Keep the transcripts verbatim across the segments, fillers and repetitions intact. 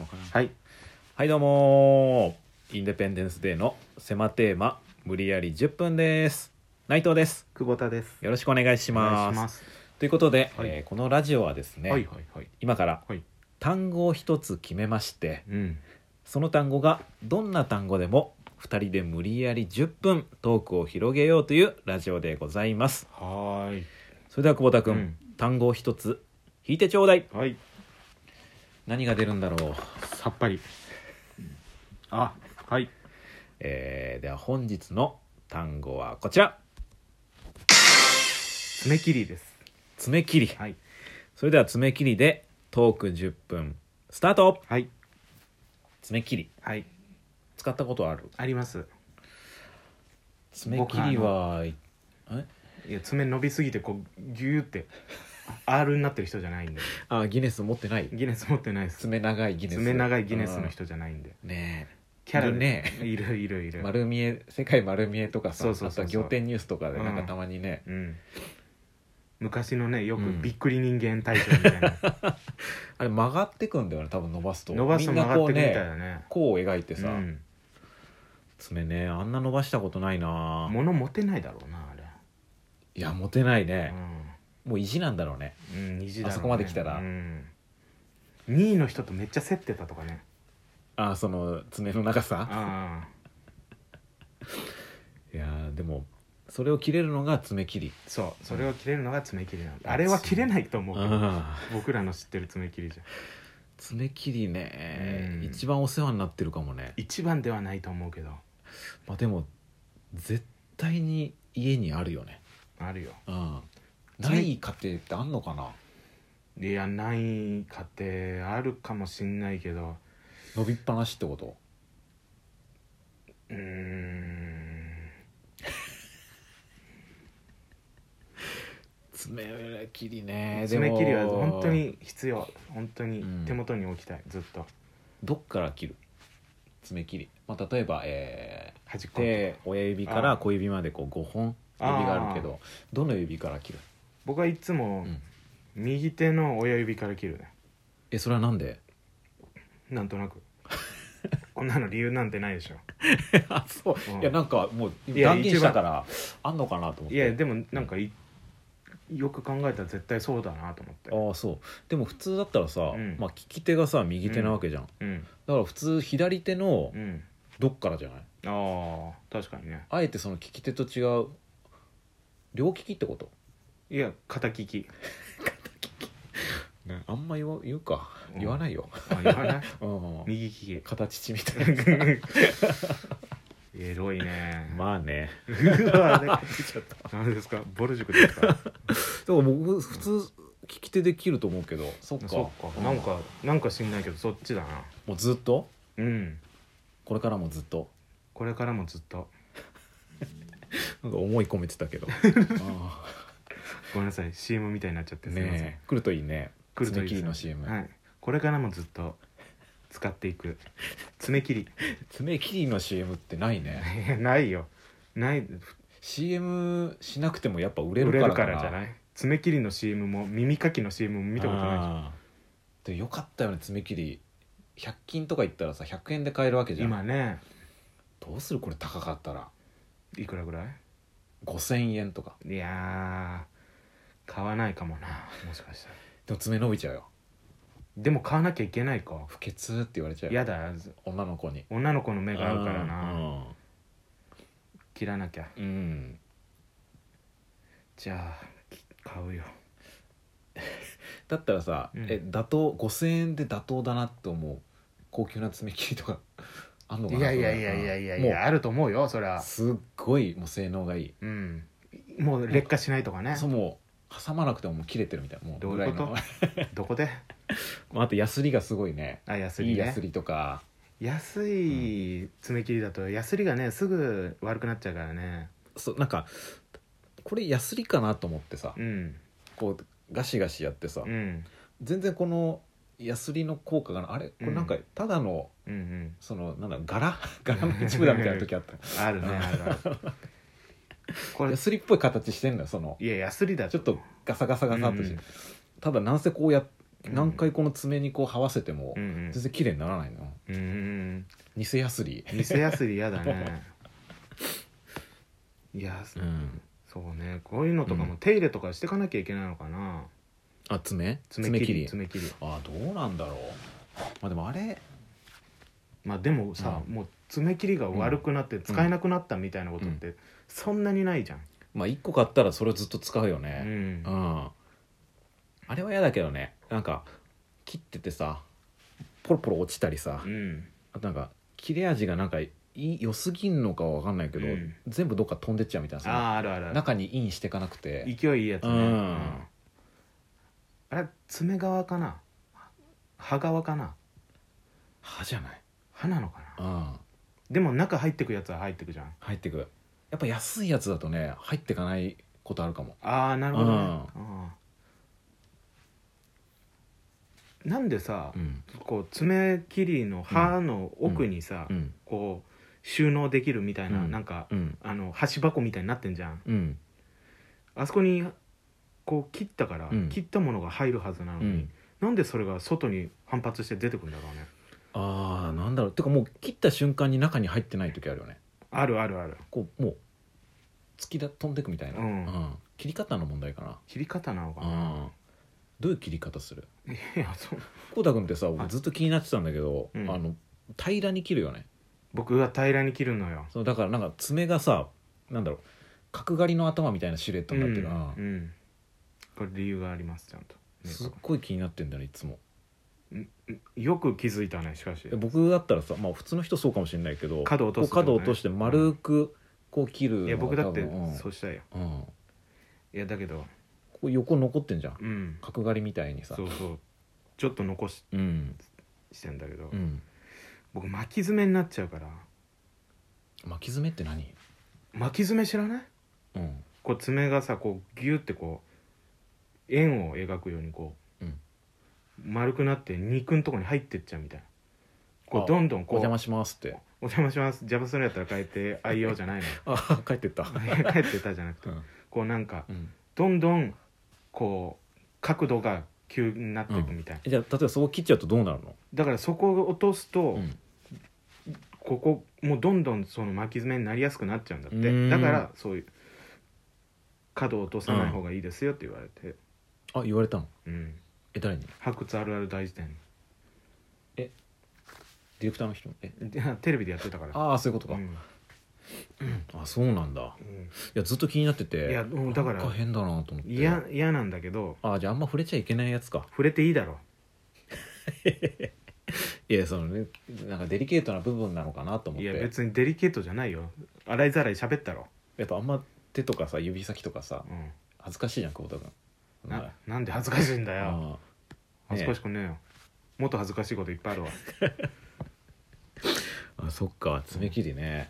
はいはいどうもインデペンデンスデーの狭テーマ無理やりじゅっぷんです。内藤です。 久保田です。 よろしくお願いします。 お願いします。 ということで、 はいえーこのラジオはですね、 はいはいはい今からはい単語を一つ決めまして、 うんその単語がどんな単語でもふたりで無理やりじゅっぷんトークを広げようというラジオでございます。 はーいそれでは久保田君、 うん単語を一つ引いてちょうだい。 はい何が出るんだろう。 さっぱりあはいえーでは本日の単語はこちら、 爪切りです。 爪切り。 はいそれでは爪切りでトークじゅっぷんスタート。 はい爪切りはい使ったことある？ あります。 爪切りはえいや爪伸びすぎてこうギューって R になってる人じゃないんで。 あギネス持ってない。 ギネス持ってないです。 爪長いギネス。 爪長いギネスの人じゃないんで。 ねえキャラいるね。 いるいるいる。 丸見え世界丸見えとかさ、 そうそうそうそうあとは仰天ニュースとかでなんかたまにね、 うん昔のねよくうんびっくり人間大賞みたいな、 あれ曲がってくんだよね多分伸ばすと。 伸ばすとみんなこう曲がってくみたいねだね。 こう描いてさ、 うん爪ねあんな伸ばしたことないな。 物持てないだろうなあれ。 いやモテないね、 うもう意地なんだろうね。 ん、うん、虹だろうね。 あそこまで来たらうん、にいの人とめっちゃ競ってたとかね。 あその爪の長さ。 あいやーでもそれを切れるのが爪切り。 あそうそれを切れるのが爪切りなんだ。あれは切れないと思うけど、 あ僕らの知ってる爪切りじゃ爪切りね、 うん一番お世話になってるかもね。 一番ではないと思うけどまあでも絶対に家にあるよね。 あるよ。 うんない家庭ってあんのかな。 いやない家庭あるかもしんないけど、 伸びっぱなしってこと。 うーん爪切りね。 爪切りはでも本当に必要。本当にうん手元に置きたい、ずっとどっから切る爪切り、まあ、例えば、えー、 端っこ手親指から小指までこうごほん指があるけど、どの指から切る？ 僕はいつもうん右手の親指から切るね。 えそれはなんで？ なんとなくこんなの理由なんてないでしょ。 あそう、 うんいやなんかもういや断言したからあんのかなと思って。 いやでもなんかいよく考えたら絶対そうだなと思って。 ああそうでも普通だったらさ、 うんまあ、利き手がさ右手なわけじゃん、 うんだから普通左手のうんどっからじゃない？ ああ確かにね。 あえてその利き手と違う両利きってこと？ いや片利きね、あんま言わ言うかうん言わないよ、 あ言わないうん、 右利き片乳みたいなエロいね。 まあねうわね何ですかボル塾ですか。 だから僕普通利き手で切ると思うけどそっかそっかなんかなんか知んないけどそっちだな。 もうずっとうんこれからもずっとこれからもずっと。 なんか思い込めてたけどあごめんなさい シーエム みたいになっちゃってーすいません。 ねえ来るといいね。 来るといいですね爪切りの シーエム、 はい、これからもずっと使っていく爪切り爪切りの シーエム ってないねないよないシーエム しなくてもやっぱ売れ売れるるからかな。 からじゃない。爪切りの シーエム も耳かきの シーエム も見たことないあーでよかったよね爪切りひゃく均とか行ったらさひゃくえんで買えるわけじゃん。 今ね。 どうするこれ高かったらいくらぐらい？ ごせんえんとか。 いやー買わないかもなもしかしたら。 でも爪伸びちゃうよ。 でも買わなきゃいけないか。 不潔って言われちゃうよやだ女の子に。 女の子の目が合うからな。 うん切らなきゃ。 うん、うんじゃあき買うよ。 だったらさ、 うんえ妥当ごせんえんで妥当だなって思う高級な爪切りとかあんのかいな。 やいやいやいやいやいもうやあると思うよそりゃ。 すっごいもう性能がいい。 うんもう劣化しないとかね。 そうもう挟まなくてももう切れてるみたいなもうどういうことぐらのどこで？ まああとヤスリがすごいね。 あヤスリね。 いいヤスリとか。 安い爪切りだとヤスリがねすぐ悪くなっちゃうからね。 そうなんかこれヤスリかなと思ってさ、 うんこうガシガシやってさ、 うん全然このヤスリの効果があれこれなんかただの、 うんうんそのなんだ柄柄の一部だみたいな時あったあるねあるあるこれヤスリっぽい形してんのよそのいやヤスリだちょっとガサガサガサっとして、 うんただなんせこうやうん何回この爪にこう這わせてもうんうん全然綺麗にならないの。 うんうん偽ヤスリ。 偽ヤスリ嫌だねいや、 うん、 そうね、こういうのとかも手入れとかしていかなきゃいけないのかな。 あ、爪爪切り爪切りあ、どうなんだろう。まあでもあれ、 まあでもさ、 うんもう爪切りが悪くなって使えなくなったみたいなことってそんなにないじゃん。 まあいっこ買ったらそれをずっと使うようね。 んうん、あれは嫌だけどね。なんか切っててさポロポロ落ちたりさ、 うんあとなんか切れ味がなんかいい良すぎんのかは分かんないけど、 うん全部どっか飛んでっちゃうみたいなさ、 ああ、あるあるある、 中にインしていかなくて、 勢いいいやつね、 うんうんあれ爪側かな刃側かな。 歯じゃない。 刃なのかな。 うん、 でも中入ってくやつは入ってくじゃん。 入ってく。やっぱ安いやつだとね入ってかないことあるかも。 ああ、なるほどね、 うんうんなんでさ、 うんこう爪切りの刃の奥にさ、 うんこう収納できるみたいな、 うんなんか、 うんあの箸箱みたいになってんじゃん。 うんあそこにこう切ったから、 うん切ったものが入るはずなのに、 うんなんでそれが外に反発して出てくるんだろうね。 ああ、なんだろう。てかもう切った瞬間に中に入ってない時あるよね。 あるあるある。 こうもう突きだ飛んでくみたいな、 うん切り方の問題かな。 切り方なのかな。 うんどういう切り方する？ いや、そうこうたくんってさ、 はいずっと気になってたんだけど、 うんあの平らに切るよね。 僕は平らに切るのよ。 そうだからなんか爪がさ、なんだろう、角刈りの頭みたいなシルエットになってるな、 うんうんこれ理由がありますちゃんと、ねすっごい気になってんだよねいつも。 よく気づいたね。しかし僕だったらさ、まあ普通の人そうかもしれないけど、 角落とすこう角ってことね落として丸くこう切るのがいや僕だって多分うんそうしたよ。 うん、 いやだけど、 ここ横残ってんじゃん、 うん角刈りみたいにさ。 そうそうちょっと残しうんしてんだけど、 うん、 僕巻き爪になっちゃうから。 巻き爪って何？ 巻き爪知らない？ うんこう爪がさこうギュってこう円を描くようにこう、 うん丸くなって肉のとこに入ってっちゃうみたいな。こあうどんどんこうお邪魔しますって。 お邪魔します邪魔するんやったら変えて愛用じゃないのあ帰ってった帰ってたじゃなくて、 うんこうなんかうんどんどんこう角度が急になっていくみたいな、 じゃあ例えばそこ切っちゃうとどうなるの？ だからそこを落とすと、 うんここもうどんどんその巻き爪になりやすくなっちゃうんだっうーんて。だからそういう角を落とさない方がいいですよって言われて、 あ言われたの？ うん、 え誰に？ 発掘あるある大辞典ディレクターの人？えでテレビでやってたから。 ああそういうことか、 うんあそうなんだ。いやずっと気になってて、 いやもうだからなんか変だなと思って。 嫌嫌なんだけどあじゃああんま触れちゃいけないやつか。 触れていいだろいやそのねなんかデリケートな部分なのかなと思って。 いや別にデリケートじゃないよ。洗いざらい喋ったろ、 やっぱあんま手とかさ指先とかさうん、 恥ずかしいじゃん久保田君。 ななんで恥ずかしいんだよ。 あ恥ずかしくねえよ。もっと恥ずかしいこといっぱいあるわ。 あそっか爪切りね。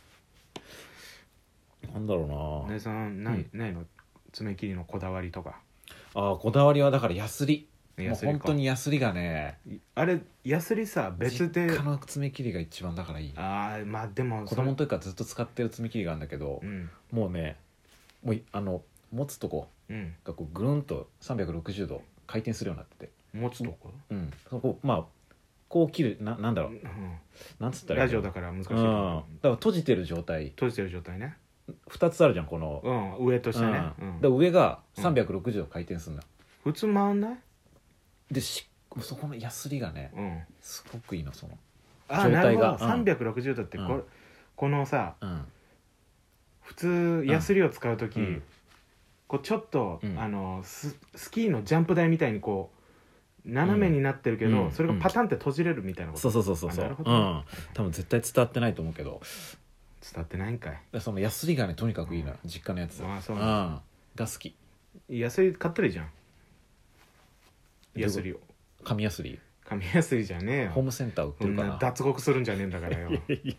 なんだろうな、 姉さんない,、ないの爪切りのこだわりとか。 あこだわりはだからヤスリ。もうヤスリか本当にヤスリがねあれヤスリさ別で実家の爪切りが一番だからいい。 ああまあでも子供の時からずっと使ってる爪切りがあるんだけど、 うんもうねもういあの持つとこうんがこうぐるんとさんびゃくろくじゅうど回転するようになってて、 持つとこ、 うん、そこまあこう切るななんだろううん、 なんつったらいいのラジオだから難しいけうん、だど、 から閉じてる状態閉じてる状態ね。 ふたつあるじゃんこの、 うん上と下ね、 ううんんだから上がさんびゃくろくじゅうど回転するんだ、 普通回んない？ でしそこのヤスリがねうんすごくいいのそのあなるほど、 状態がうんさんびゃくろくじゅうどってこ,、 うんこのさうん普通ヤスリを使う時、 うんこうちょっと、 うんあのススキーのジャンプ台みたいにこう斜めになってるけど、 うんそれがパタンって閉じれるみたいなこと、 そうそうそうそうそう、 あなるほどねうん、多分絶対伝わってないと思うけど伝わってないんかい。 でそのヤスリがねとにかくいいのよ、実家のやつ。 あそううなんんが好き。 ヤスリ買ったらいいじゃん。ヤスリを紙ヤスリ紙ヤスリじゃねえよ。 ホームセンター売ってそんるから。 な脱獄するんじゃねえんだからよ。 い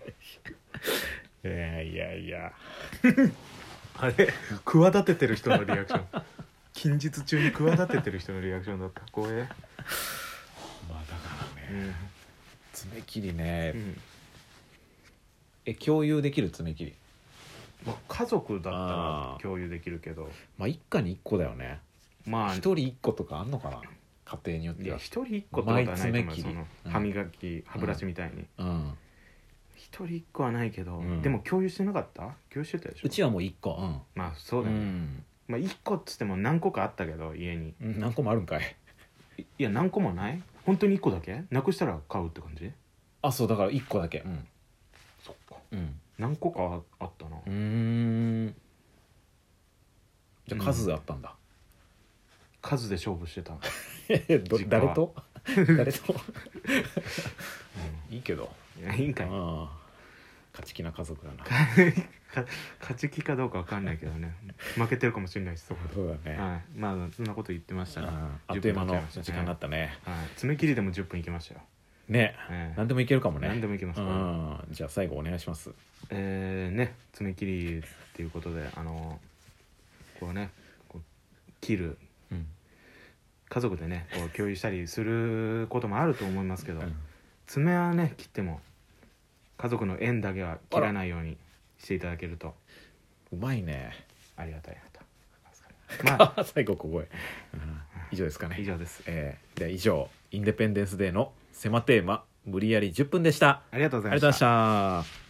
やいやいやあれ企ててる人のリアクション近日中に企ててる人のリアクションだった。怖え。 まあだからね、 うん爪切りね、 うんえ共有できる爪切り、 まあ、家族だったらあー共有できるけど、 まあ一家に一個だよね。 まあ一人一個とかあんのかな。 家庭によっいやては。 一人一個ってことはないと思うよ。 前爪切りそのうん歯磨き歯ブラシみたいにうん一人一個はないけど、 うんでも共有してなかった？共有してたでしょ。 うちはもういっこうんまあそうだよね、 んまあ一個っつっても何個かあったけど家に。 うん何個もあるんかい。 いいや何個もない？本当に一個だけ？なくしたら買うって感じ？ あそうだからいっこだけうんそっか。 うん何個かああったな、 うーんじゃあ数あったんだ、 数で勝負してた、うん、 ど実家は誰と誰といいけどいやいいんかい。 ああ勝ち気な家族だな。 か勝ち気かどうかわかんないけどね、負けてるかもしれないし、そこで、 そうだね、 はい、まあそんなこと言ってましたね。 ああっという間の時間になったね。 はい、爪切りでもじゅっぷんいきましたよ。 ね、 ええ何でもいけるかもね。 何でもいけます、 うんじゃあ最後お願いします。 えー、ね爪切りっていうことで、あのこうねこう切るうん家族でねこう共有したりすることもあると思いますけど、爪はね切っても家族の縁だけは切らないようにしていただけるとうまいね。 ありがたいなと。まあ最後小声、うん以上ですかね。 以上です。 えー、では以上インデペンデンスデーの狭テーマ無理やりじゅっぷんでした。 ありがとうございまありがとうございした。 ました。